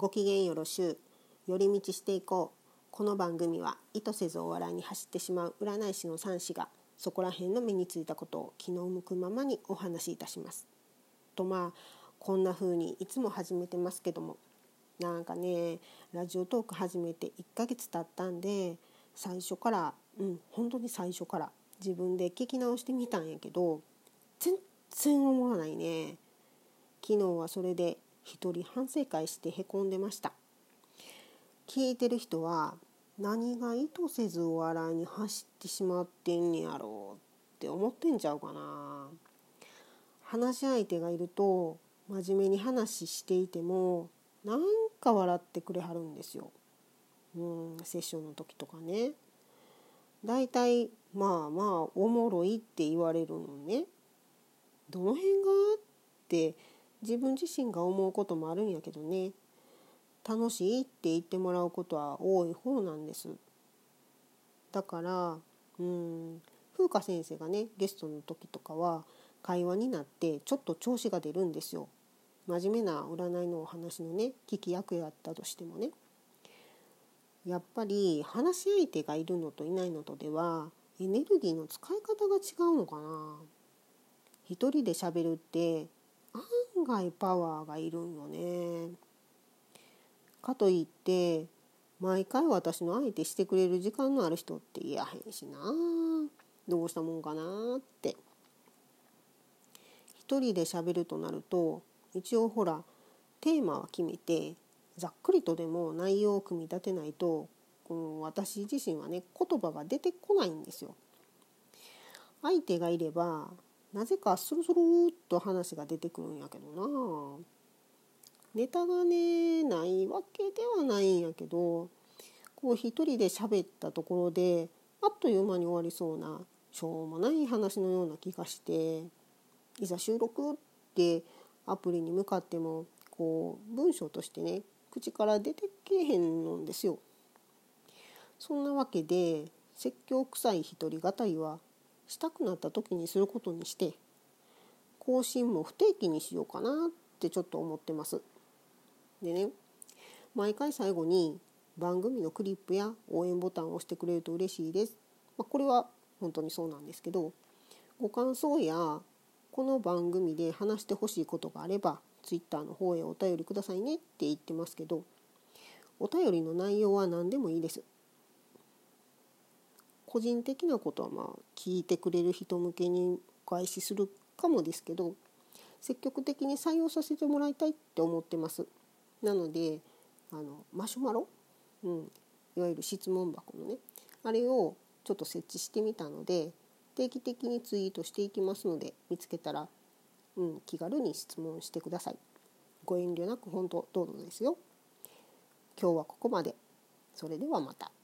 ご機嫌よろしゅう、寄り道していこう。この番組は意図せずお笑いに走ってしまう占い師の三子がそこら辺の目についたことを気の向くままにお話しいたします。とこんな風にいつも始めてますけども、なんかねラジオトーク始めて1ヶ月経ったんで、最初から本当に最初から自分で聞き直してみたんやけど、全然おもろないね。昨日はそれで一人反省会してへこんでました。聞いてる人は何が意図せずお笑いに走ってしまってんねやろうって思ってんちゃうかな。話し相手がいると真面目に話していてもなんか笑ってくれはるんですよ。セッションの時とかね。だいたいまあおもろいって言われるのね。どの辺がって自分自身が思うこともあるんやけどね。楽しいって言ってもらうことは多い方なんです。だから風花先生がねゲストの時とかは会話になってちょっと調子が出るんですよ。真面目な占いのお話のね聞き役やったとしてもね。やっぱり話し相手がいるのといないのとではエネルギーの使い方が違うのかな。一人で喋るって案外パワーがいるんよね。かといって毎回私の相手してくれる時間のある人っていやへんしな。どうしたもんかなって。一人で喋るとなると一応ほらテーマは決めてざっくりとでも内容を組み立てないと私自身はね言葉が出てこないんですよ。相手がいればなぜかスルスルっと話が出てくるんやけどな。ネタがねないわけではないんやけど、一人で喋ったところであっという間に終わりそうなしょうもない話のような気がして、いざ収録ってアプリに向かっても文章としてね口から出てけへんのんですよ。そんなわけで説教臭い一人語りはしたくなった時にすることにして、更新も不定期にしようかなってちょっと思ってます。でね、毎回最後に番組のクリップや応援ボタンを押してくれると嬉しいです。これは本当にそうなんですけど、ご感想やこの番組で話してほしいことがあれば Twitter の方へお便りくださいねって言ってますけど、お便りの内容は何でもいいです。個人的なことは聞いてくれる人向けにお返しするかもですけど、積極的に採用させてもらいたいって思ってます。なのでマシュマロ、いわゆる質問箱のねあれをちょっと設置してみたので、定期的にツイートしていきますので、見つけたら、気軽に質問してください。ご遠慮なく本当どうぞですよ。今日はここまで。それではまた。